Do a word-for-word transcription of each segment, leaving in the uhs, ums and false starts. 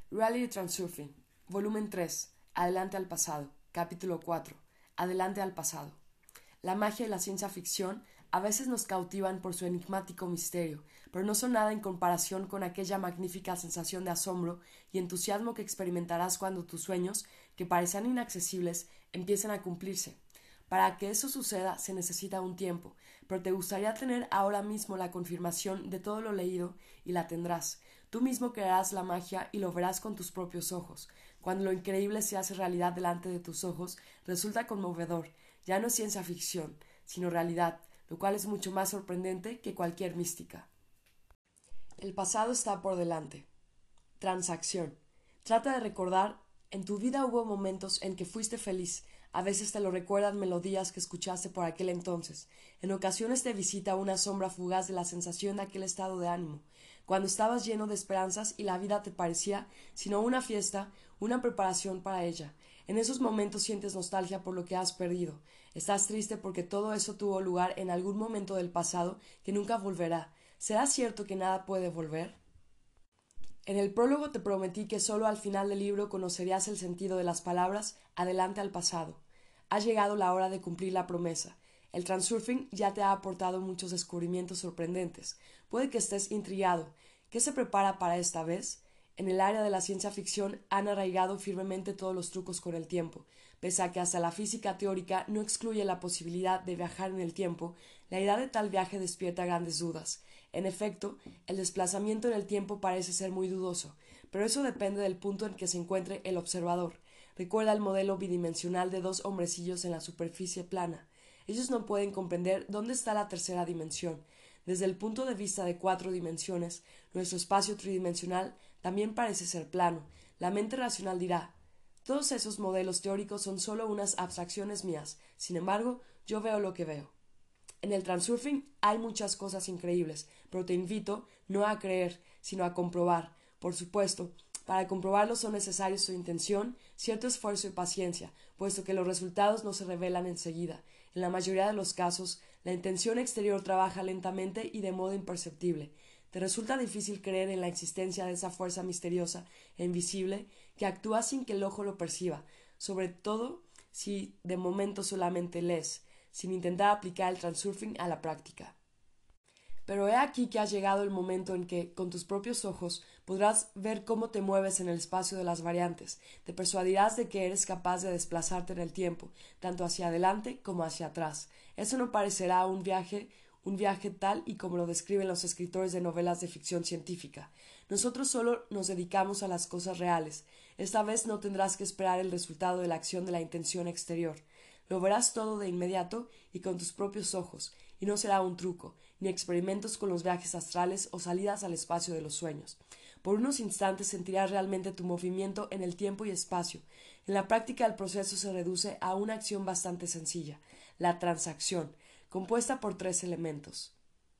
Reality Transurfing, Volumen tres, Adelante al pasado, Capítulo cuatro, Adelante al pasado. La magia y la ciencia ficción a veces nos cautivan por su enigmático misterio, pero no son nada en comparación con aquella magnífica sensación de asombro y entusiasmo que experimentarás cuando tus sueños, que parecían inaccesibles, empiecen a cumplirse. Para que eso suceda se necesita un tiempo, pero te gustaría tener ahora mismo la confirmación de todo lo leído y la tendrás. Tú mismo crearás la magia y lo verás con tus propios ojos. Cuando lo increíble se hace realidad delante de tus ojos, resulta conmovedor. Ya no es ciencia ficción, sino realidad, lo cual es mucho más sorprendente que cualquier mística. El pasado está por delante. Transacción. Trata de recordar, en tu vida hubo momentos en que fuiste feliz. A veces te lo recuerdan melodías que escuchaste por aquel entonces. En ocasiones te visita una sombra fugaz de la sensación de aquel estado de ánimo, cuando estabas lleno de esperanzas y la vida te parecía, sino una fiesta, una preparación para ella. En esos momentos sientes nostalgia por lo que has perdido. Estás triste porque todo eso tuvo lugar en algún momento del pasado que nunca volverá. ¿Será cierto que nada puede volver? En el prólogo te prometí que solo al final del libro conocerías el sentido de las palabras adelante al pasado. Ha llegado la hora de cumplir la promesa. El transurfing ya te ha aportado muchos descubrimientos sorprendentes. Puede que estés intrigado. ¿Qué se prepara para esta vez? En el área de la ciencia ficción han arraigado firmemente todos los trucos con el tiempo. Pese a que hasta la física teórica no excluye la posibilidad de viajar en el tiempo, la idea de tal viaje despierta grandes dudas. En efecto, el desplazamiento en el tiempo parece ser muy dudoso, pero eso depende del punto en que se encuentre el observador. Recuerda el modelo bidimensional de dos hombrecillos en la superficie plana. Ellos no pueden comprender dónde está la tercera dimensión. Desde el punto de vista de cuatro dimensiones, nuestro espacio tridimensional también parece ser plano. La mente racional dirá: todos esos modelos teóricos son solo unas abstracciones mías. Sin embargo, yo veo lo que veo. En el transurfing hay muchas cosas increíbles, pero te invito no a creer, sino a comprobar. Por supuesto, para comprobarlo son necesarios su intención, cierto esfuerzo y paciencia, puesto que los resultados no se revelan enseguida. En la mayoría de los casos, la intención exterior trabaja lentamente y de modo imperceptible. Te resulta difícil creer en la existencia de esa fuerza misteriosa e invisible que actúa sin que el ojo lo perciba, sobre todo si de momento solamente lees, sin intentar aplicar el transurfing a la práctica. Pero he aquí que ha llegado el momento en que, con tus propios ojos, podrás ver cómo te mueves en el espacio de las variantes. Te persuadirás de que eres capaz de desplazarte en el tiempo, tanto hacia adelante como hacia atrás. Eso no parecerá un viaje, un viaje tal y como lo describen los escritores de novelas de ficción científica. Nosotros solo nos dedicamos a las cosas reales. Esta vez no tendrás que esperar el resultado de la acción de la intención exterior. Lo verás todo de inmediato y con tus propios ojos, y no será un truco, ni experimentos con los viajes astrales o salidas al espacio de los sueños. Por unos instantes sentirás realmente tu movimiento en el tiempo y espacio. En la práctica el proceso se reduce a una acción bastante sencilla, la transacción, compuesta por tres elementos.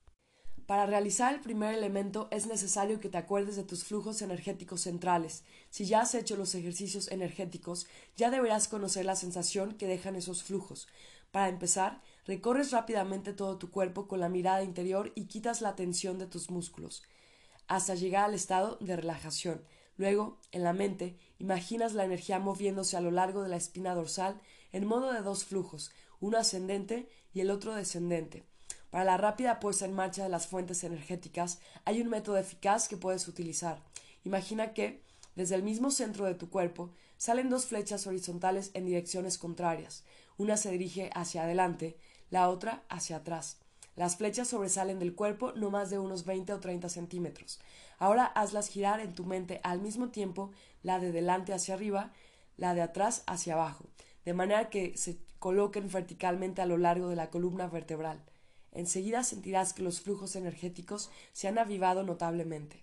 Para realizar el primer elemento es necesario que te acuerdes de tus flujos energéticos centrales. Si ya has hecho los ejercicios energéticos, ya deberás conocer la sensación que dejan esos flujos. Para empezar, recorres rápidamente todo tu cuerpo con la mirada interior y quitas la tensión de tus músculos, hasta llegar al estado de relajación. Luego, en la mente, imaginas la energía moviéndose a lo largo de la espina dorsal en modo de dos flujos, uno ascendente y el otro descendente. Para la rápida puesta en marcha de las fuentes energéticas hay un método eficaz que puedes utilizar. Imagina que, desde el mismo centro de tu cuerpo, salen dos flechas horizontales en direcciones contrarias. Una se dirige hacia adelante, la otra hacia atrás. Las flechas sobresalen del cuerpo no más de unos veinte o treinta centímetros. Ahora hazlas girar en tu mente al mismo tiempo, la de delante hacia arriba, la de atrás hacia abajo, de manera que se coloquen verticalmente a lo largo de la columna vertebral. Enseguida sentirás que los flujos energéticos se han avivado notablemente.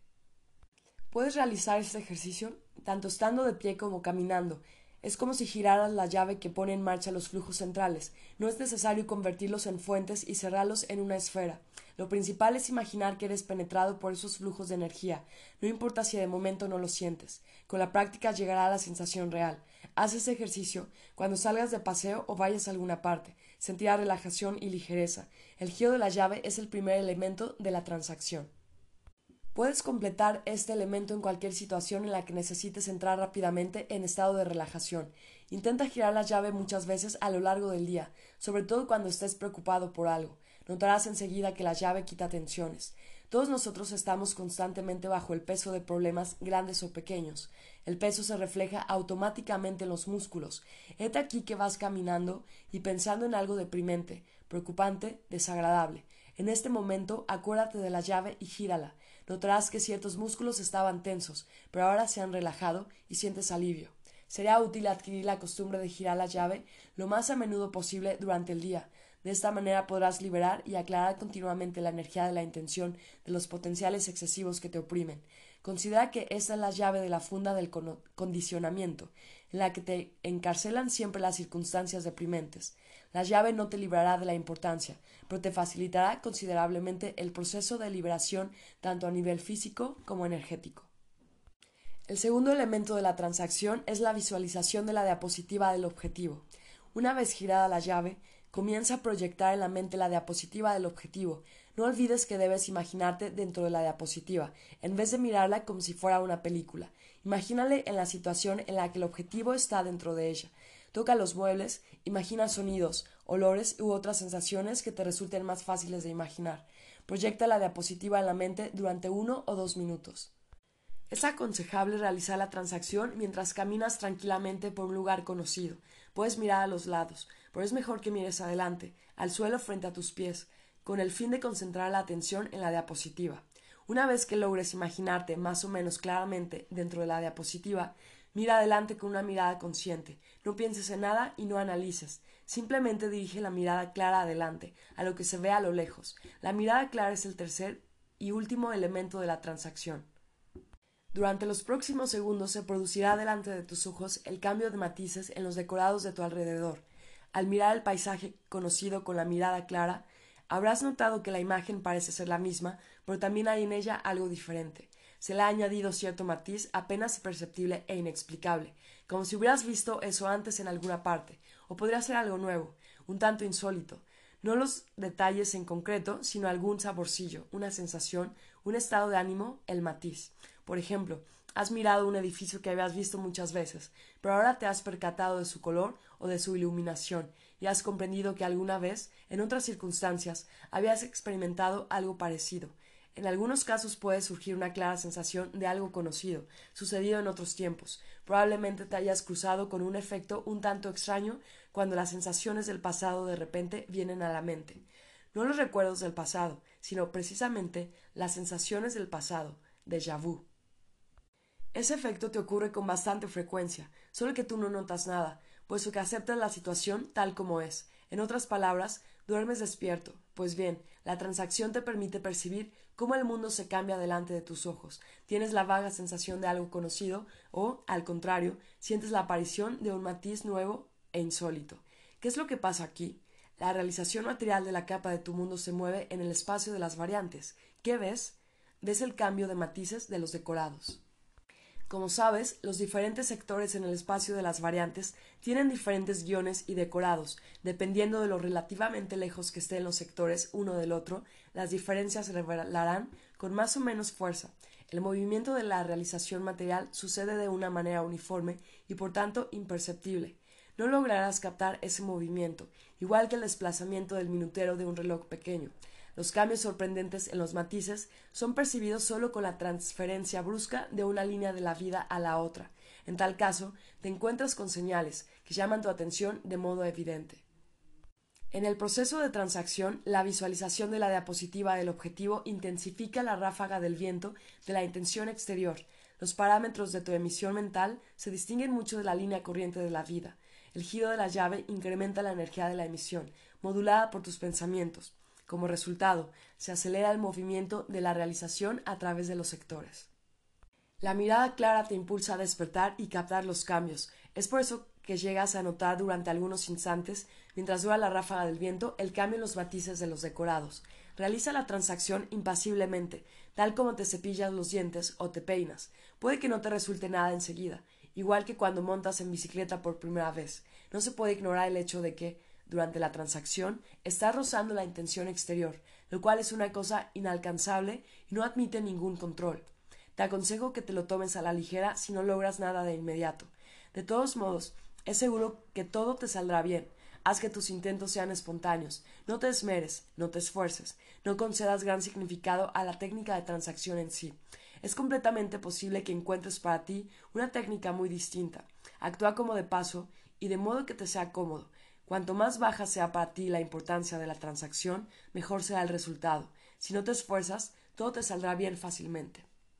Puedes realizar este ejercicio tanto estando de pie como caminando. Es como si giraras la llave que pone en marcha los flujos centrales. No es necesario convertirlos en fuentes y cerrarlos en una esfera. Lo principal es imaginar que eres penetrado por esos flujos de energía. No importa si de momento no lo sientes. Con la práctica llegará la sensación real. Haz ese ejercicio cuando salgas de paseo o vayas a alguna parte. Sentirás relajación y ligereza. El giro de la llave es el primer elemento de la transacción. Puedes completar este elemento en cualquier situación en la que necesites entrar rápidamente en estado de relajación. Intenta girar la llave muchas veces a lo largo del día, sobre todo cuando estés preocupado por algo. Notarás enseguida que la llave quita tensiones. Todos nosotros estamos constantemente bajo el peso de problemas grandes o pequeños. El peso se refleja automáticamente en los músculos. Hete aquí que vas caminando y pensando en algo deprimente, preocupante, desagradable. En este momento, acuérdate de la llave y gírala. Notarás que ciertos músculos estaban tensos, pero ahora se han relajado y sientes alivio. Sería útil adquirir la costumbre de girar la llave lo más a menudo posible durante el día. De esta manera podrás liberar y aclarar continuamente la energía de la intención de los potenciales excesivos que te oprimen. Considera que esta es la llave de la funda del condicionamiento, en la que te encarcelan siempre las circunstancias deprimentes. La llave no te librará de la importancia, pero te facilitará considerablemente el proceso de liberación tanto a nivel físico como energético. El segundo elemento de la transacción es la visualización de la diapositiva del objetivo. Una vez girada la llave, comienza a proyectar en la mente la diapositiva del objetivo. No olvides que debes imaginarte dentro de la diapositiva, en vez de mirarla como si fuera una película. Imagínale en la situación en la que el objetivo está dentro de ella. Toca los muebles, imagina sonidos, olores u otras sensaciones que te resulten más fáciles de imaginar. Proyecta la diapositiva en la mente durante uno o dos minutos. Es aconsejable realizar la transacción mientras caminas tranquilamente por un lugar conocido. Puedes mirar a los lados, pero es mejor que mires adelante, al suelo frente a tus pies, con el fin de concentrar la atención en la diapositiva. Una vez que logres imaginarte más o menos claramente dentro de la diapositiva, mira adelante con una mirada consciente. No pienses en nada y no analices. Simplemente dirige la mirada clara adelante, a lo que se ve a lo lejos. La mirada clara es el tercer y último elemento de la transacción. Durante los próximos segundos se producirá delante de tus ojos el cambio de matices en los decorados de tu alrededor. Al mirar el paisaje conocido con la mirada clara, habrás notado que la imagen parece ser la misma, pero también hay en ella algo diferente. Se le ha añadido cierto matiz apenas perceptible e inexplicable, como si hubieras visto eso antes en alguna parte, o podría ser algo nuevo, un tanto insólito. No los detalles en concreto, sino algún saborcillo, una sensación, un estado de ánimo, el matiz. Por ejemplo, has mirado un edificio que habías visto muchas veces, pero ahora te has percatado de su color o de su iluminación y has comprendido que alguna vez, en otras circunstancias, habías experimentado algo parecido. En algunos casos puede surgir una clara sensación de algo conocido, sucedido en otros tiempos. Probablemente te hayas cruzado con un efecto un tanto extraño cuando las sensaciones del pasado de repente vienen a la mente. No los recuerdos del pasado, sino precisamente las sensaciones del pasado, déjà vu. Ese efecto te ocurre con bastante frecuencia, solo que tú no notas nada, puesto que aceptas la situación tal como es. En otras palabras, duermes despierto. Pues bien, la transacción te permite percibir cómo el mundo se cambia delante de tus ojos. Tienes la vaga sensación de algo conocido o, al contrario, sientes la aparición de un matiz nuevo e insólito. ¿Qué es lo que pasa aquí? La realización material de la capa de tu mundo se mueve en el espacio de las variantes. ¿Qué ves? Ves el cambio de matices de los decorados. Como sabes, los diferentes sectores en el espacio de las variantes tienen diferentes guiones y decorados. Dependiendo de lo relativamente lejos que estén los sectores uno del otro, las diferencias se revelarán con más o menos fuerza. El movimiento de la realización material sucede de una manera uniforme y por tanto imperceptible. No lograrás captar ese movimiento, igual que el desplazamiento del minutero de un reloj pequeño. Los cambios sorprendentes en los matices son percibidos solo con la transferencia brusca de una línea de la vida a la otra. En tal caso, te encuentras con señales que llaman tu atención de modo evidente. En el proceso de transacción, la visualización de la diapositiva del objetivo intensifica la ráfaga del viento de la intención exterior. Los parámetros de tu emisión mental se distinguen mucho de la línea corriente de la vida. El giro de la llave incrementa la energía de la emisión, modulada por tus pensamientos. Como resultado, se acelera el movimiento de la realización a través de los sectores. La mirada clara te impulsa a despertar y captar los cambios. Es por eso que llegas a notar durante algunos instantes, mientras dura la ráfaga del viento, el cambio en los matices de los decorados. Realiza la transacción impasiblemente, tal como te cepillas los dientes o te peinas. Puede que no te resulte nada enseguida, igual que cuando montas en bicicleta por primera vez. No se puede ignorar el hecho de que, durante la transacción, estás rozando la intención exterior. lo cual es una cosa inalcanzable y no admite ningún control. Te aconsejo que te lo tomes a la ligera si no logras nada de inmediato. De todos modos, es seguro que todo te saldrá bien. Haz que tus intentos sean espontáneos. No te esmeres, no te esfuerces, no concedas gran significado a la técnica de transacción en sí. Es completamente posible que encuentres para ti una técnica muy distinta. Actúa como de paso y de modo que te sea cómodo. Cuanto más baja sea para ti la importancia de la transacción, mejor será el resultado. Si no te esfuerzas, todo te saldrá bien fácilmente.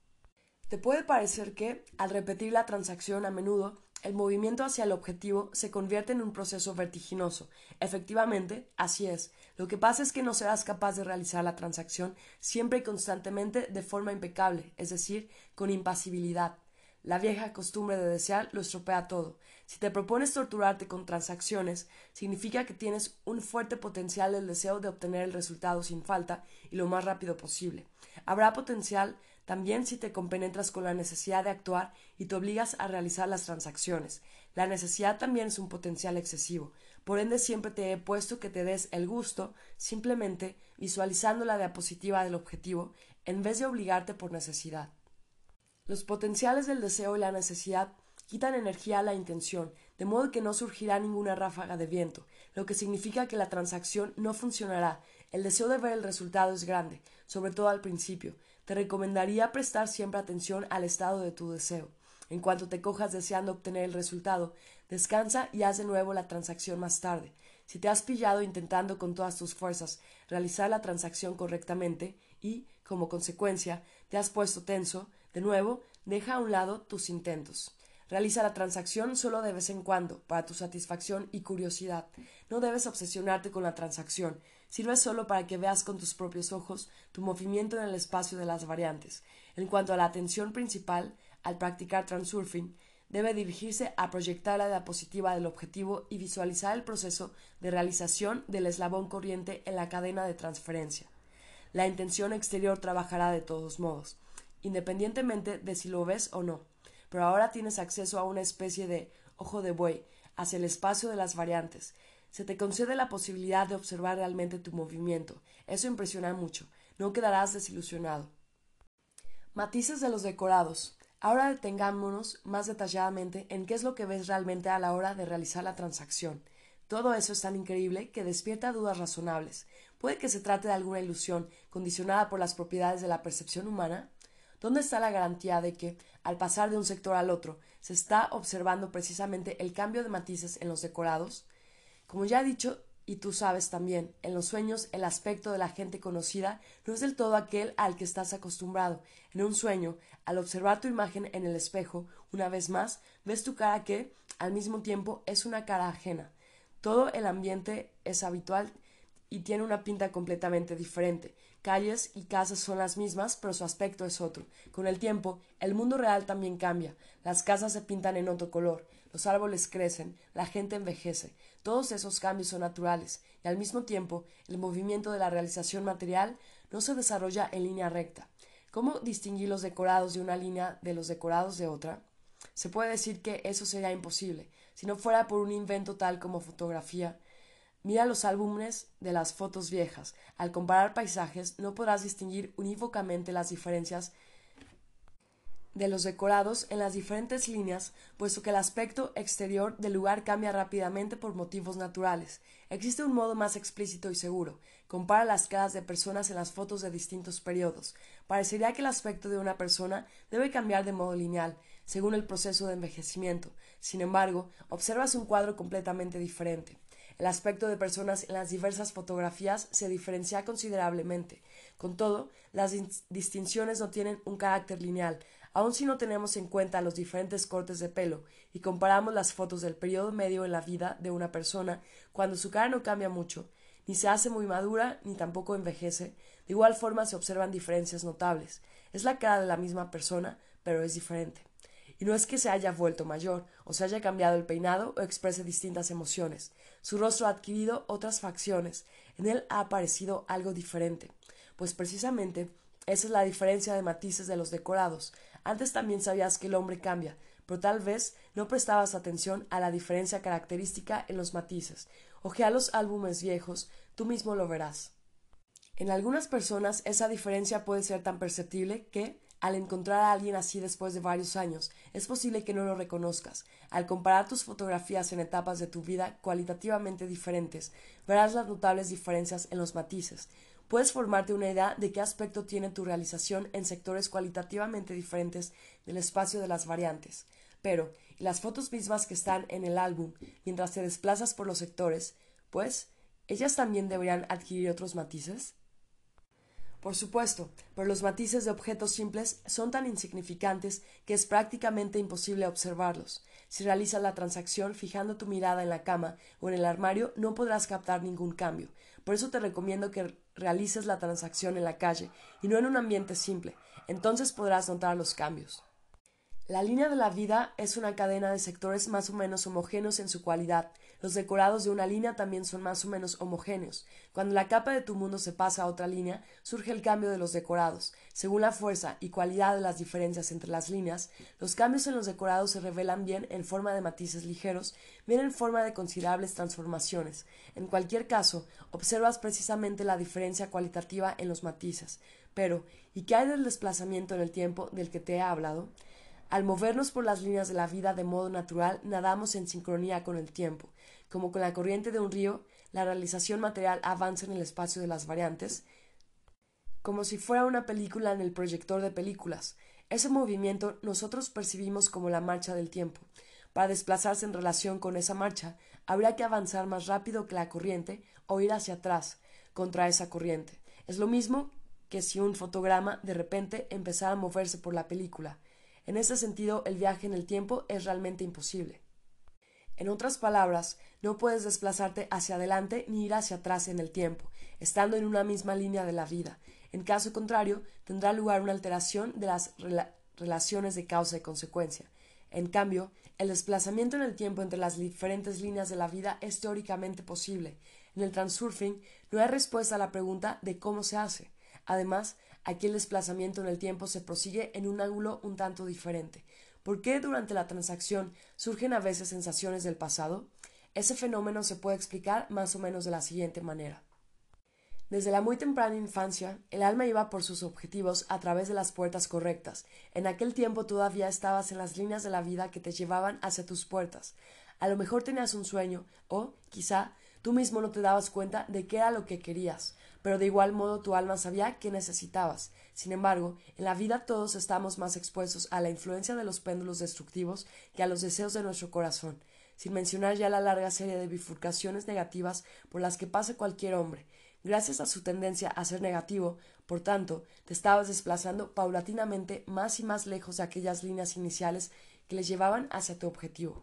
Te puede parecer que, al repetir la transacción a menudo, el movimiento hacia el objetivo se convierte en un proceso vertiginoso. Efectivamente, así es. Lo que pasa es que no serás capaz de realizar la transacción siempre y constantemente de forma impecable, es decir, con impasibilidad. La vieja costumbre de desear lo estropea todo. Si te propones torturarte con transacciones, significa que tienes un fuerte potencial del deseo de obtener el resultado sin falta y lo más rápido posible. Habrá potencial también si te compenetras con la necesidad de actuar y te obligas a realizar las transacciones. La necesidad también es un potencial excesivo. Por ende, siempre te he puesto que te des el gusto simplemente visualizando la diapositiva del objetivo en vez de obligarte por necesidad. Los potenciales del deseo y la necesidad quitan energía a la intención, de modo que no surgirá ninguna ráfaga de viento, lo que significa que la transacción no funcionará. El deseo de ver el resultado es grande, sobre todo al principio. Te recomendaría prestar siempre atención al estado de tu deseo. En cuanto te cojas deseando obtener el resultado, descansa y haz de nuevo la transacción más tarde. Si te has pillado intentando con todas tus fuerzas realizar la transacción correctamente y, como consecuencia, te has puesto tenso, de nuevo, deja a un lado tus intentos. Realiza la transacción solo de vez en cuando, para tu satisfacción y curiosidad. No debes obsesionarte con la transacción. Sirve solo para que veas con tus propios ojos tu movimiento en el espacio de las variantes. En cuanto a la atención principal, al practicar transurfing, debe dirigirse a proyectar la diapositiva del objetivo y visualizar el proceso de realización del eslabón corriente en la cadena de transferencia. La intención exterior trabajará de todos modos, independientemente de si lo ves o no, pero ahora tienes acceso a una especie de ojo de buey hacia el espacio de las variantes. Se te concede la posibilidad de observar realmente tu movimiento. Eso impresiona mucho. No quedarás desilusionado. Matices de los decorados. Ahora detengámonos más detalladamente en qué es lo que ves realmente a la hora de realizar la transacción. Todo eso es tan increíble que despierta dudas razonables. ¿Puede que se trate de alguna ilusión condicionada por las propiedades de la percepción humana? ¿Dónde está la garantía de que, al pasar de un sector al otro, se está observando precisamente el cambio de matices en los decorados? Como ya he dicho, y tú sabes también, en los sueños el aspecto de la gente conocida no es del todo aquel al que estás acostumbrado. En un sueño, al observar tu imagen en el espejo, una vez más, ves tu cara que, al mismo tiempo, es una cara ajena. Todo el ambiente es habitual y tiene una pinta completamente diferente. Calles y casas son las mismas, pero su aspecto es otro. Con el tiempo, el mundo real también cambia. Las casas se pintan en otro color, los árboles crecen, la gente envejece. Todos esos cambios son naturales, y al mismo tiempo, el movimiento de la realización material no se desarrolla en línea recta. ¿Cómo distinguir los decorados de una línea de los decorados de otra? Se puede decir que eso sería imposible, si no fuera por un invento tal como fotografía. Mira los álbumes de las fotos viejas. Al comparar paisajes, no podrás distinguir unívocamente las diferencias de los decorados en las diferentes líneas, puesto que el aspecto exterior del lugar cambia rápidamente por motivos naturales. Existe un modo más explícito y seguro. Compara las caras de personas en las fotos de distintos periodos. Parecería que el aspecto de una persona debe cambiar de modo lineal, según el proceso de envejecimiento. Sin embargo, observas un cuadro completamente diferente. El aspecto de personas en las diversas fotografías se diferencia considerablemente. Con todo, las distinciones no tienen un carácter lineal. Aun si no tenemos en cuenta los diferentes cortes de pelo y comparamos las fotos del periodo medio en la vida de una persona, cuando su cara no cambia mucho, ni se hace muy madura, ni tampoco envejece, de igual forma se observan diferencias notables. Es la cara de la misma persona, pero es diferente. Y no es que se haya vuelto mayor, o se haya cambiado el peinado, o exprese distintas emociones. Su rostro ha adquirido otras facciones. En él ha aparecido algo diferente. Pues precisamente esa es la diferencia de matices de los decorados. Antes también sabías que el hombre cambia, pero tal vez no prestabas atención a la diferencia característica en los matices. Ojea los álbumes viejos, tú mismo lo verás. En algunas personas esa diferencia puede ser tan perceptible que, al encontrar a alguien así después de varios años, es posible que no lo reconozcas. Al comparar tus fotografías en etapas de tu vida cualitativamente diferentes, verás las notables diferencias en los matices. Puedes formarte una idea de qué aspecto tiene tu realización en sectores cualitativamente diferentes del espacio de las variantes. Pero, ¿y las fotos mismas que están en el álbum mientras te desplazas por los sectores? Pues, ¿ellas también deberían adquirir otros matices? Por supuesto, pero los matices de objetos simples son tan insignificantes que es prácticamente imposible observarlos. Si realizas la transacción fijando tu mirada en la cama o en el armario, no podrás captar ningún cambio. Por eso te recomiendo que realices la transacción en la calle y no en un ambiente simple. Entonces podrás notar los cambios. La línea de la vida es una cadena de sectores más o menos homogéneos en su cualidad. Los decorados de una línea también son más o menos homogéneos. Cuando la capa de tu mundo se pasa a otra línea, surge el cambio de los decorados. Según la fuerza y cualidad de las diferencias entre las líneas, los cambios en los decorados se revelan bien en forma de matices ligeros, bien en forma de considerables transformaciones. En cualquier caso, observas precisamente la diferencia cualitativa en los matices. Pero, ¿y qué hay del desplazamiento en el tiempo del que te he hablado? Al movernos por las líneas de la vida de modo natural, nadamos en sincronía con el tiempo. Como con la corriente de un río, la realización material avanza en el espacio de las variantes, como si fuera una película en el proyector de películas. Ese movimiento nosotros percibimos como la marcha del tiempo. Para desplazarse en relación con esa marcha, habría que avanzar más rápido que la corriente o ir hacia atrás, contra esa corriente. Es lo mismo que si un fotograma de repente empezara a moverse por la película. En este sentido, el viaje en el tiempo es realmente imposible. En otras palabras, no puedes desplazarte hacia adelante ni ir hacia atrás en el tiempo, estando en una misma línea de la vida. En caso contrario, tendrá lugar una alteración de las rela relaciones de causa y consecuencia. En cambio, el desplazamiento en el tiempo entre las diferentes líneas de la vida es teóricamente posible. En el transurfing no hay respuesta a la pregunta de cómo se hace. Además, aquí el desplazamiento en el tiempo se prosigue en un ángulo un tanto diferente. ¿Por qué durante la transacción surgen a veces sensaciones del pasado? Ese fenómeno se puede explicar más o menos de la siguiente manera. Desde la muy temprana infancia, el alma iba por sus objetivos a través de las puertas correctas. En aquel tiempo todavía estabas en las líneas de la vida que te llevaban hacia tus puertas. A lo mejor tenías un sueño, o, quizá, tú mismo no te dabas cuenta de qué era lo que querías, pero de igual modo tu alma sabía qué necesitabas. Sin embargo, en la vida todos estamos más expuestos a la influencia de los péndulos destructivos que a los deseos de nuestro corazón, sin mencionar ya la larga serie de bifurcaciones negativas por las que pasa cualquier hombre. Gracias a su tendencia a ser negativo, por tanto, te estabas desplazando paulatinamente más y más lejos de aquellas líneas iniciales que les llevaban hacia tu objetivo.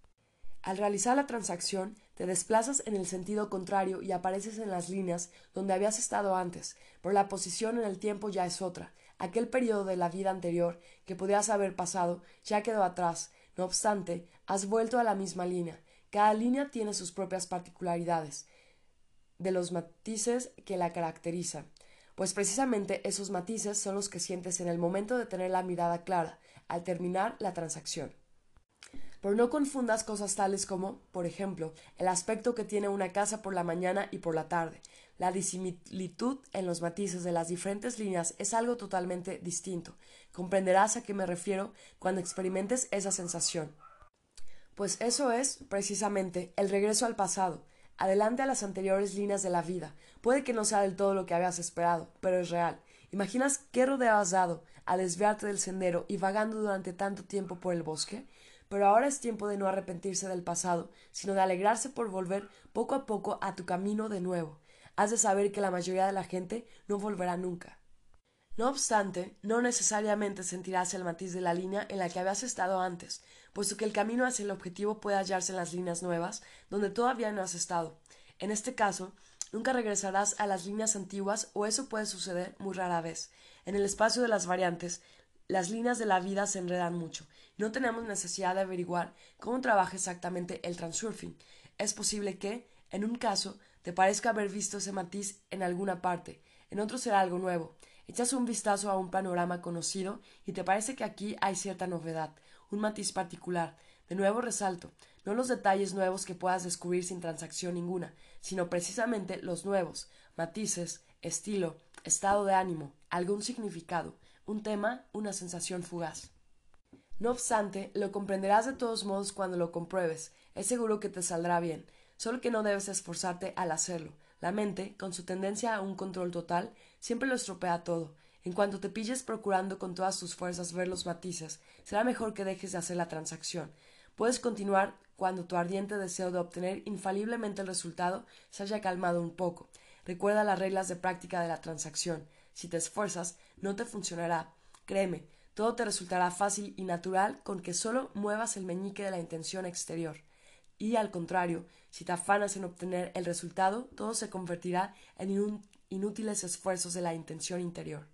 Al realizar la transacción, te desplazas en el sentido contrario y apareces en las líneas donde habías estado antes, pero la posición en el tiempo ya es otra. Aquel periodo de la vida anterior que podías haber pasado ya quedó atrás. No obstante, has vuelto a la misma línea. Cada línea tiene sus propias particularidades, de los matices que la caracterizan, pues precisamente esos matices son los que sientes en el momento de tener la mirada clara, al terminar la transacción. Pero no confundas cosas tales como, por ejemplo, el aspecto que tiene una casa por la mañana y por la tarde. La disimilitud en los matices de las diferentes líneas es algo totalmente distinto. Comprenderás a qué me refiero cuando experimentes esa sensación. Pues eso es, precisamente, el regreso al pasado, adelante a las anteriores líneas de la vida. Puede que no sea del todo lo que habías esperado, pero es real. ¿Imaginas qué rodeo has dado al desviarte del sendero y vagando durante tanto tiempo por el bosque? Pero ahora es tiempo de no arrepentirse del pasado, sino de alegrarse por volver poco a poco a tu camino de nuevo. Has de saber que la mayoría de la gente no volverá nunca. No obstante, no necesariamente sentirás el matiz de la línea en la que habías estado antes, puesto que el camino hacia el objetivo puede hallarse en las líneas nuevas, donde todavía no has estado. En este caso, nunca regresarás a las líneas antiguas o eso puede suceder muy rara vez. En el espacio de las variantes, las líneas de la vida se enredan mucho y no tenemos necesidad de averiguar cómo trabaja exactamente el transurfing. Es posible que, en un caso, te parezca haber visto ese matiz en alguna parte, en otro será algo nuevo. Echas un vistazo a un panorama conocido y te parece que aquí hay cierta novedad, un matiz particular. De nuevo resalto, no los detalles nuevos que puedas descubrir sin transacción ninguna, sino precisamente los nuevos matices estilo, estado de ánimo, algún significado, un tema, una sensación fugaz. No obstante, lo comprenderás de todos modos cuando lo compruebes. Es seguro que te saldrá bien, solo que no debes esforzarte al hacerlo. La mente, con su tendencia a un control total, siempre lo estropea todo. En cuanto te pilles procurando con todas tus fuerzas ver los matices, será mejor que dejes de hacer la transacción. Puedes continuar cuando tu ardiente deseo de obtener infaliblemente el resultado se haya calmado un poco. Recuerda las reglas de práctica de la transacción. Si te esfuerzas, no te funcionará. Créeme, todo te resultará fácil y natural con que solo muevas el meñique de la intención exterior. Y, al contrario, si te afanas en obtener el resultado, todo se convertirá en inútiles esfuerzos de la intención interior.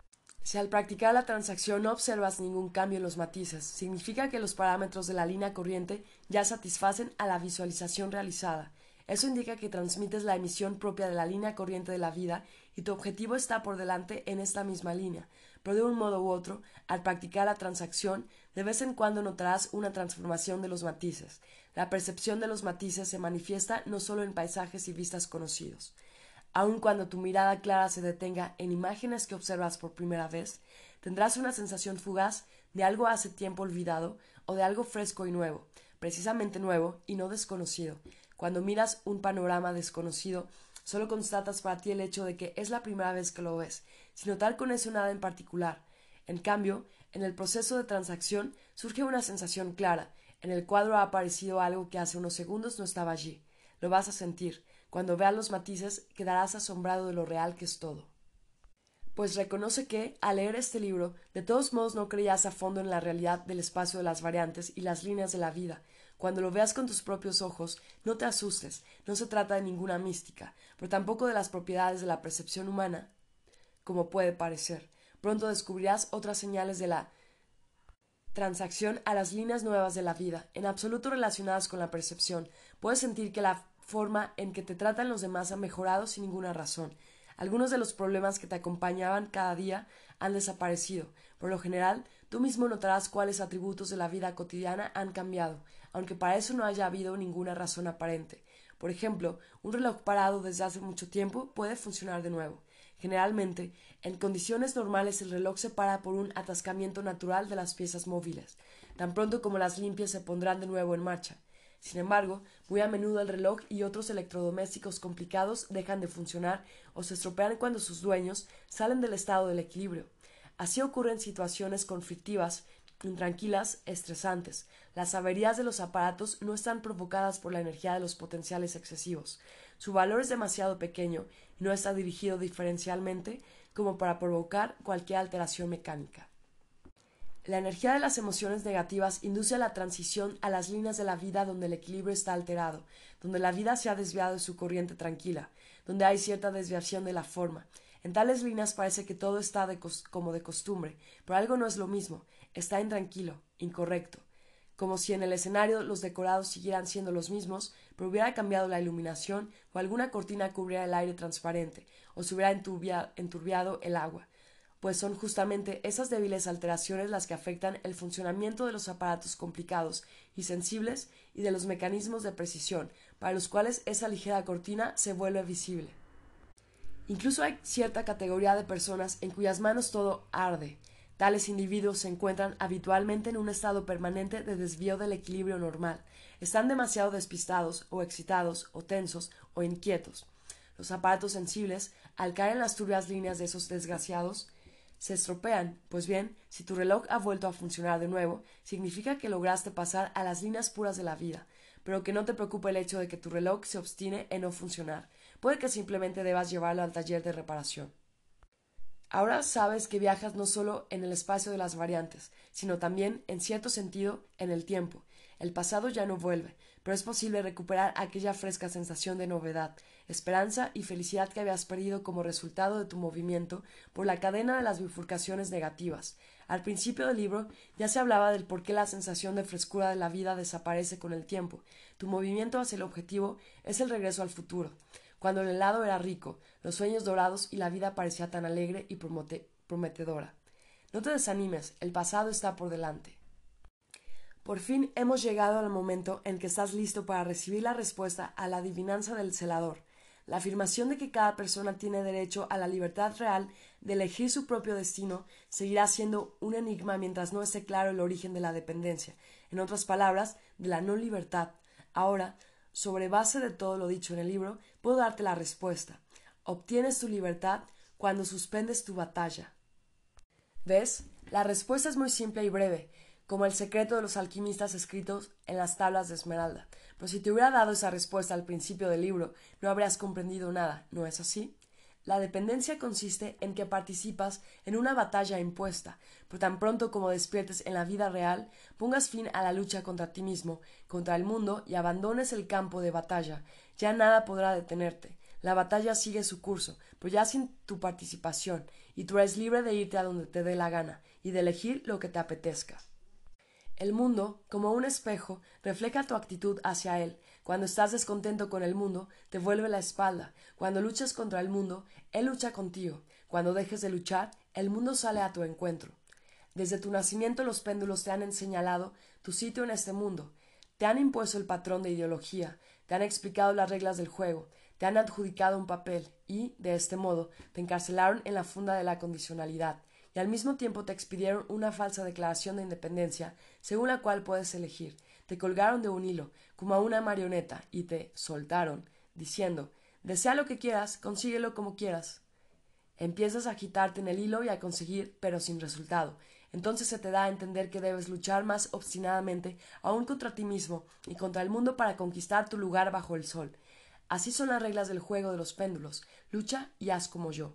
Si al practicar la transacción no observas ningún cambio en los matices, significa que los parámetros de la línea corriente ya satisfacen a la visualización realizada. Eso indica que transmites la emisión propia de la línea corriente de la vida y tu objetivo está por delante en esta misma línea, pero de un modo u otro, al practicar la transacción, de vez en cuando notarás una transformación de los matices. La percepción de los matices se manifiesta no solo en paisajes y vistas conocidos. Aun cuando tu mirada clara se detenga en imágenes que observas por primera vez, tendrás una sensación fugaz de algo hace tiempo olvidado o de algo fresco y nuevo, precisamente nuevo y no desconocido. Cuando miras un panorama desconocido, solo constatas para ti el hecho de que es la primera vez que lo ves, sin notar con eso nada en particular. En cambio, en el proceso de transacción surge una sensación clara. En el cuadro ha aparecido algo que hace unos segundos no estaba allí. Lo vas a sentir. Cuando veas los matices, quedarás asombrado de lo real que es todo. Pues reconoce que, al leer este libro, de todos modos no creías a fondo en la realidad del espacio de las variantes y las líneas de la vida. Cuando lo veas con tus propios ojos, no te asustes, no se trata de ninguna mística, pero tampoco de las propiedades de la percepción humana, como puede parecer. Pronto descubrirás otras señales de la transacción a las líneas nuevas de la vida, en absoluto relacionadas con la percepción. Puedes sentir que la forma en que te tratan los demás ha mejorado sin ninguna razón. Algunos de los problemas que te acompañaban cada día han desaparecido. Por lo general, tú mismo notarás cuáles atributos de la vida cotidiana han cambiado, aunque para eso no haya habido ninguna razón aparente. Por ejemplo, un reloj parado desde hace mucho tiempo puede funcionar de nuevo. Generalmente, en condiciones normales el reloj se para por un atascamiento natural de las piezas móviles. Tan pronto como las limpias se pondrán de nuevo en marcha. Sin embargo, muy a menudo el reloj y otros electrodomésticos complicados dejan de funcionar o se estropean cuando sus dueños salen del estado del equilibrio. Así ocurren situaciones conflictivas, intranquilas, estresantes. Las averías de los aparatos no están provocadas por la energía de los potenciales excesivos. Su valor es demasiado pequeño y no está dirigido diferencialmente como para provocar cualquier alteración mecánica. La energía de las emociones negativas induce a la transición a las líneas de la vida donde el equilibrio está alterado, donde la vida se ha desviado de su corriente tranquila, donde hay cierta desviación de la forma. En tales líneas parece que todo está de como de costumbre, pero algo no es lo mismo, está intranquilo, incorrecto, como si en el escenario los decorados siguieran siendo los mismos, pero hubiera cambiado la iluminación o alguna cortina cubriera el aire transparente, o se hubiera enturbia, enturbiado el agua. Pues son justamente esas débiles alteraciones las que afectan el funcionamiento de los aparatos complicados y sensibles y de los mecanismos de precisión, para los cuales esa ligera cortina se vuelve visible. Incluso hay cierta categoría de personas en cuyas manos todo arde. Tales individuos se encuentran habitualmente en un estado permanente de desvío del equilibrio normal. Están demasiado despistados, o excitados, o tensos, o inquietos. Los aparatos sensibles, al caer en las turbias líneas de esos desgraciados, se estropean. Pues bien, si tu reloj ha vuelto a funcionar de nuevo, significa que lograste pasar a las líneas puras de la vida, pero que no te preocupe el hecho de que tu reloj se obstine en no funcionar. Puede que simplemente debas llevarlo al taller de reparación. Ahora sabes que viajas no solo en el espacio de las variantes, sino también, en cierto sentido, en el tiempo. El pasado ya no vuelve, pero es posible recuperar aquella fresca sensación de novedad, esperanza y felicidad que habías perdido como resultado de tu movimiento por la cadena de las bifurcaciones negativas. Al principio del libro ya se hablaba del por qué la sensación de frescura de la vida desaparece con el tiempo. Tu movimiento hacia el objetivo es el regreso al futuro. Cuando el helado era rico, los sueños dorados y la vida parecía tan alegre y prometedora. No te desanimes, el pasado está por delante. Por fin hemos llegado al momento en que estás listo para recibir la respuesta a la adivinanza del celador. La afirmación de que cada persona tiene derecho a la libertad real de elegir su propio destino seguirá siendo un enigma mientras no esté claro el origen de la dependencia, en otras palabras, de la no libertad. Ahora, sobre base de todo lo dicho en el libro, puedo darte la respuesta. Obtienes tu libertad cuando suspendes tu batalla. ¿Ves? La respuesta es muy simple y breve, como el secreto de los alquimistas escritos en las tablas de Esmeralda. Pero si te hubiera dado esa respuesta al principio del libro, no habrías comprendido nada, ¿no es así? La dependencia consiste en que participas en una batalla impuesta, pero tan pronto como despiertes en la vida real, pongas fin a la lucha contra ti mismo, contra el mundo y abandones el campo de batalla, ya nada podrá detenerte. La batalla sigue su curso, pero ya sin tu participación, y tú eres libre de irte a donde te dé la gana y de elegir lo que te apetezca. El mundo, como un espejo, refleja tu actitud hacia él. Cuando estás descontento con el mundo, te vuelve la espalda. Cuando luchas contra el mundo, él lucha contigo. Cuando dejes de luchar, el mundo sale a tu encuentro. Desde tu nacimiento los péndulos te han señalado tu sitio en este mundo. Te han impuesto el patrón de ideología, te han explicado las reglas del juego, te han adjudicado un papel y, de este modo, te encarcelaron en la funda de la condicionalidad y al mismo tiempo te expidieron una falsa declaración de independencia según la cual puedes elegir. Te colgaron de un hilo, como a una marioneta, y te soltaron, diciendo, desea lo que quieras, consíguelo como quieras. Empiezas a agitarte en el hilo y a conseguir, pero sin resultado. Entonces se te da a entender que debes luchar más obstinadamente aún contra ti mismo y contra el mundo para conquistar tu lugar bajo el sol. Así son las reglas del juego de los péndulos. Lucha y haz como yo.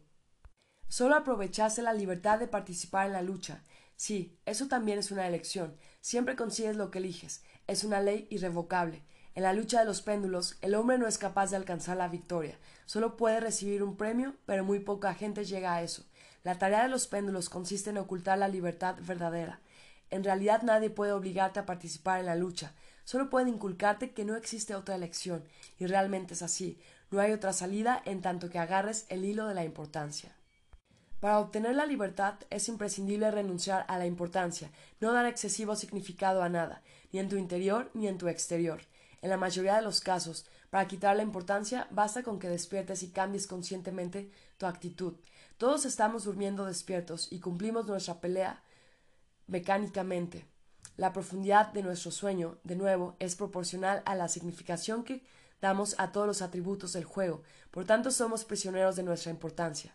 Solo aprovechaste la libertad de participar en la lucha. Sí, eso también es una elección. Siempre consigues lo que eliges. Es una ley irrevocable. En la lucha de los péndulos, el hombre no es capaz de alcanzar la victoria. Solo puede recibir un premio, pero muy poca gente llega a eso. La tarea de los péndulos consiste en ocultar la libertad verdadera. En realidad nadie puede obligarte a participar en la lucha. Solo pueden inculcarte que no existe otra elección. Y realmente es así. No hay otra salida en tanto que agarres el hilo de la importancia. Para obtener la libertad es imprescindible renunciar a la importancia, no dar excesivo significado a nada, ni en tu interior ni en tu exterior. En la mayoría de los casos, para quitar la importancia, basta con que despiertes y cambies conscientemente tu actitud. Todos estamos durmiendo despiertos y cumplimos nuestra pelea mecánicamente. La profundidad de nuestro sueño, de nuevo, es proporcional a la significación que damos a todos los atributos del juego, por tanto somos prisioneros de nuestra importancia.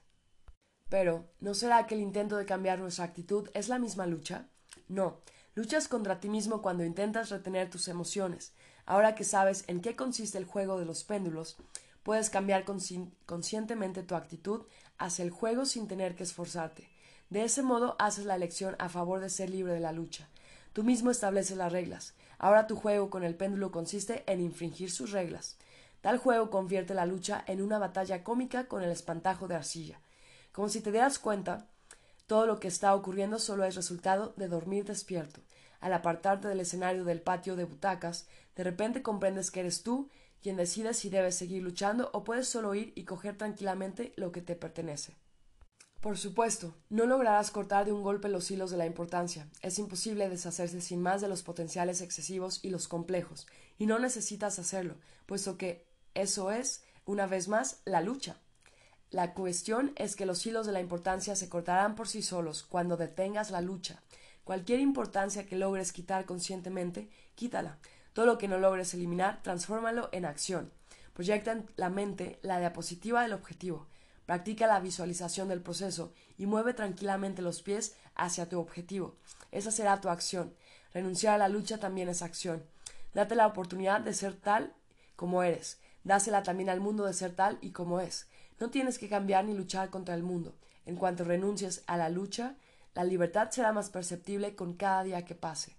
Pero, ¿no será que el intento de cambiar nuestra actitud es la misma lucha? No, luchas contra ti mismo cuando intentas retener tus emociones. Ahora que sabes en qué consiste el juego de los péndulos, puedes cambiar consci- conscientemente tu actitud hacia el juego sin tener que esforzarte. De ese modo haces la elección a favor de ser libre de la lucha. Tú mismo estableces las reglas. Ahora tu juego con el péndulo consiste en infringir sus reglas. Tal juego convierte la lucha en una batalla cómica con el espantajo de arcilla. Como si te dieras cuenta, todo lo que está ocurriendo solo es resultado de dormir despierto. Al apartarte del escenario del patio de butacas, de repente comprendes que eres tú quien decide si debes seguir luchando o puedes solo ir y coger tranquilamente lo que te pertenece. Por supuesto, no lograrás cortar de un golpe los hilos de la importancia. Es imposible deshacerse sin más de los potenciales excesivos y los complejos, y no necesitas hacerlo, puesto que eso es, una vez más, la lucha. La cuestión es que los hilos de la importancia se cortarán por sí solos cuando detengas la lucha. Cualquier importancia que logres quitar conscientemente, quítala. Todo lo que no logres eliminar, transfórmalo en acción. Proyecta en la mente la diapositiva del objetivo. Practica la visualización del proceso y mueve tranquilamente los pies hacia tu objetivo. Esa será tu acción. Renunciar a la lucha también es acción. Date la oportunidad de ser tal como eres. Dásela también al mundo de ser tal y como es. No tienes que cambiar ni luchar contra el mundo. En cuanto renuncies a la lucha, la libertad será más perceptible con cada día que pase.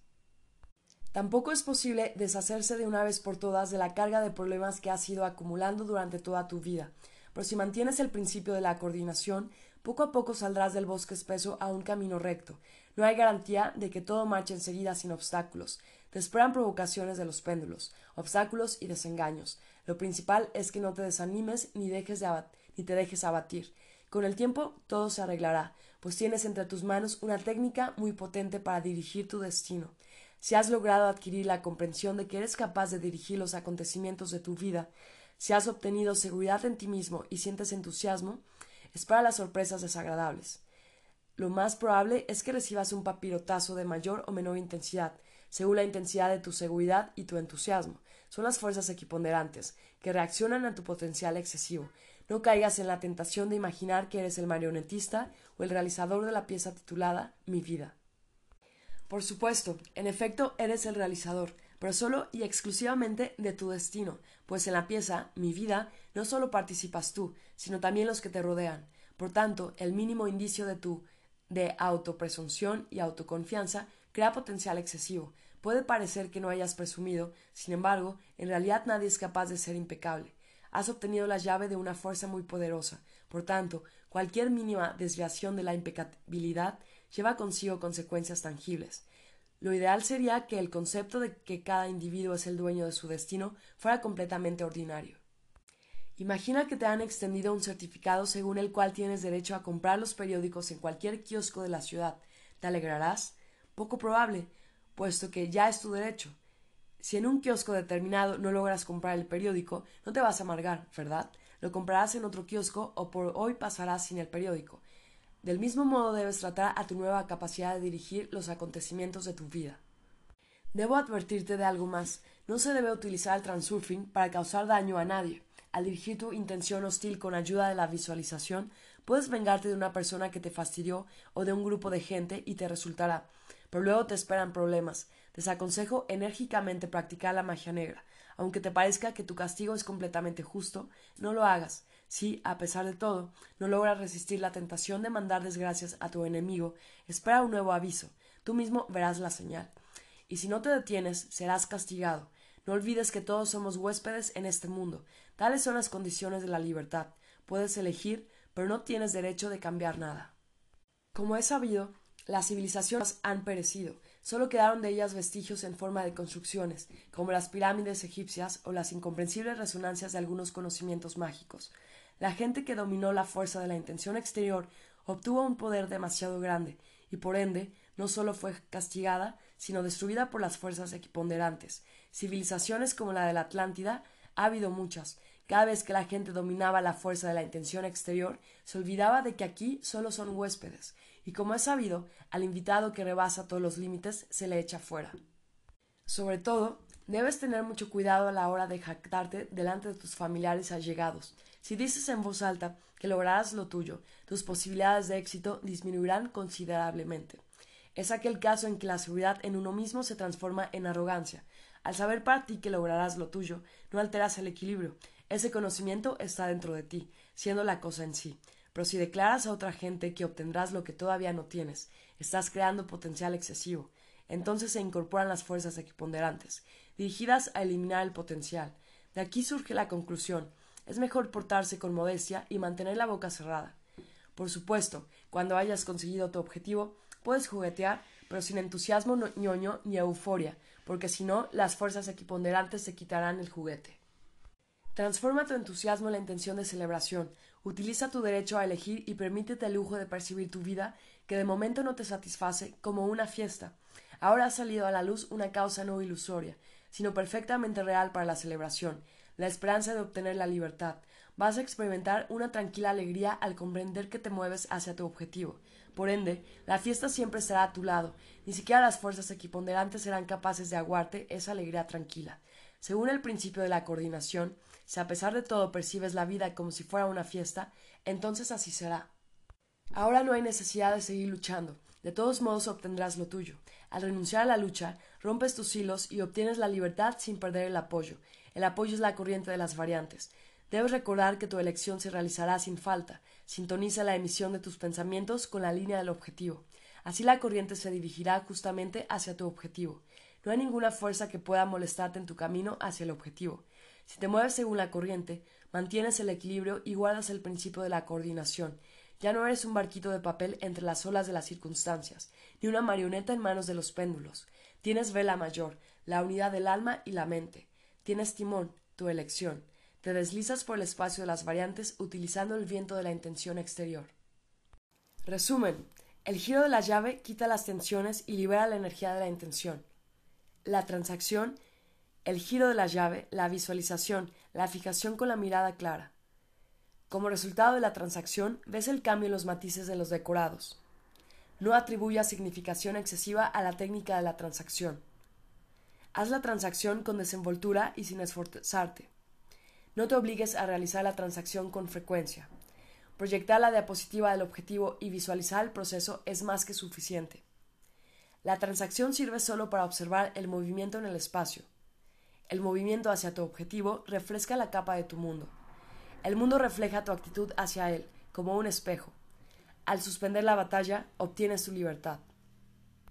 Tampoco es posible deshacerse de una vez por todas de la carga de problemas que has ido acumulando durante toda tu vida. Pero si mantienes el principio de la coordinación, poco a poco saldrás del bosque espeso a un camino recto. No hay garantía de que todo marche enseguida sin obstáculos. Te esperan provocaciones de los péndulos, obstáculos y desengaños. Lo principal es que no te desanimes ni dejes de abatir. ni te dejes abatir. Con el tiempo todo se arreglará, pues tienes entre tus manos una técnica muy potente para dirigir tu destino. Si has logrado adquirir la comprensión de que eres capaz de dirigir los acontecimientos de tu vida, Si has obtenido seguridad en ti mismo y sientes entusiasmo, espera las sorpresas desagradables. Lo más probable es que recibas un papirotazo de mayor o menor intensidad, según la intensidad de tu seguridad y tu entusiasmo. Son las fuerzas equiponderantes, que reaccionan a tu potencial excesivo. No caigas en la tentación de imaginar que eres el marionetista o el realizador de la pieza titulada Mi vida. Por supuesto, en efecto, eres el realizador, pero solo y exclusivamente de tu destino, pues en la pieza Mi vida no solo participas tú, sino también los que te rodean. Por tanto, el mínimo indicio de tu de autopresunción y autoconfianza crea potencial excesivo. Puede parecer que no hayas presumido, sin embargo, en realidad nadie es capaz de ser impecable. Has obtenido la llave de una fuerza muy poderosa. Por tanto, cualquier mínima desviación de la impecabilidad lleva consigo consecuencias tangibles. Lo ideal sería que el concepto de que cada individuo es el dueño de su destino fuera completamente ordinario. Imagina que te han extendido un certificado según el cual tienes derecho a comprar los periódicos en cualquier kiosco de la ciudad. ¿Te alegrarás? Poco probable, puesto que ya es tu derecho. Si en un kiosco determinado no logras comprar el periódico, no te vas a amargar, ¿verdad? Lo comprarás en otro kiosco o por hoy pasarás sin el periódico. Del mismo modo debes tratar a tu nueva capacidad de dirigir los acontecimientos de tu vida. Debo advertirte de algo más. No se debe utilizar el transurfing para causar daño a nadie. Al dirigir tu intención hostil con ayuda de la visualización, puedes vengarte de una persona que te fastidió o de un grupo de gente y te resultará. Pero luego te esperan problemas. Desaconsejo enérgicamente practicar la magia negra. Aunque te parezca que tu castigo es completamente justo, no lo hagas. Si, a pesar de todo, no logras resistir la tentación de mandar desgracias a tu enemigo, espera un nuevo aviso. Tú mismo verás la señal. Y si no te detienes, serás castigado. No olvides que todos somos huéspedes en este mundo. Tales son las condiciones de la libertad. Puedes elegir, pero no tienes derecho de cambiar nada. Como es sabido, las civilizaciones han perecido. Solo quedaron de ellas vestigios en forma de construcciones, como las pirámides egipcias o las incomprensibles resonancias de algunos conocimientos mágicos. La gente que dominó la fuerza de la intención exterior obtuvo un poder demasiado grande, y por ende no solo fue castigada, sino destruida por las fuerzas equiponderantes. Civilizaciones como la de la Atlántida ha habido muchas. Cada vez que la gente dominaba la fuerza de la intención exterior, se olvidaba de que aquí solo son huéspedes, y como es sabido, al invitado que rebasa todos los límites se le echa fuera. Sobre todo, debes tener mucho cuidado a la hora de jactarte delante de tus familiares allegados. Si dices en voz alta que lograrás lo tuyo, tus posibilidades de éxito disminuirán considerablemente. Es aquel caso en que la seguridad en uno mismo se transforma en arrogancia. Al saber para ti que lograrás lo tuyo, no alteras el equilibrio. Ese conocimiento está dentro de ti, siendo la cosa en sí. Pero si declaras a otra gente que obtendrás lo que todavía no tienes, estás creando potencial excesivo. Entonces se incorporan las fuerzas equiponderantes, dirigidas a eliminar el potencial. De aquí surge la conclusión. Es mejor portarse con modestia y mantener la boca cerrada. Por supuesto, cuando hayas conseguido tu objetivo, puedes juguetear, pero sin entusiasmo no, ñoño ni euforia, porque si no, las fuerzas equiponderantes te quitarán el juguete. Transforma tu entusiasmo en la intención de celebración. Utiliza tu derecho a elegir y permítete el lujo de percibir tu vida, que de momento no te satisface, como una fiesta. Ahora ha salido a la luz una causa no ilusoria, sino perfectamente real para la celebración, la esperanza de obtener la libertad. Vas a experimentar una tranquila alegría al comprender que te mueves hacia tu objetivo. Por ende, la fiesta siempre estará a tu lado. Ni siquiera las fuerzas equiponderantes serán capaces de aguarte esa alegría tranquila. Según el principio de la coordinación, si a pesar de todo percibes la vida como si fuera una fiesta, entonces así será. Ahora no hay necesidad de seguir luchando. De todos modos obtendrás lo tuyo. Al renunciar a la lucha, rompes tus hilos y obtienes la libertad sin perder el apoyo. El apoyo es la corriente de las variantes. Debes recordar que tu elección se realizará sin falta. Sintoniza la emisión de tus pensamientos con la línea del objetivo. Así la corriente se dirigirá justamente hacia tu objetivo. No hay ninguna fuerza que pueda molestarte en tu camino hacia el objetivo. Si te mueves según la corriente, mantienes el equilibrio y guardas el principio de la coordinación. Ya no eres un barquito de papel entre las olas de las circunstancias, ni una marioneta en manos de los péndulos. Tienes vela mayor, la unidad del alma y la mente. Tienes timón, tu elección. Te deslizas por el espacio de las variantes utilizando el viento de la intención exterior. Resumen. El giro de la llave quita las tensiones y libera la energía de la intención. La transacción, el giro de la llave, la visualización, la fijación con la mirada clara. Como resultado de la transacción, ves el cambio en los matices de los decorados. No atribuyas significación excesiva a la técnica de la transacción. Haz la transacción con desenvoltura y sin esforzarte. No te obligues a realizar la transacción con frecuencia. Proyectar la diapositiva del objetivo y visualizar el proceso es más que suficiente. La transacción sirve solo para observar el movimiento en el espacio. El movimiento hacia tu objetivo refresca la capa de tu mundo. El mundo refleja tu actitud hacia él, como un espejo. Al suspender la batalla, obtienes tu libertad.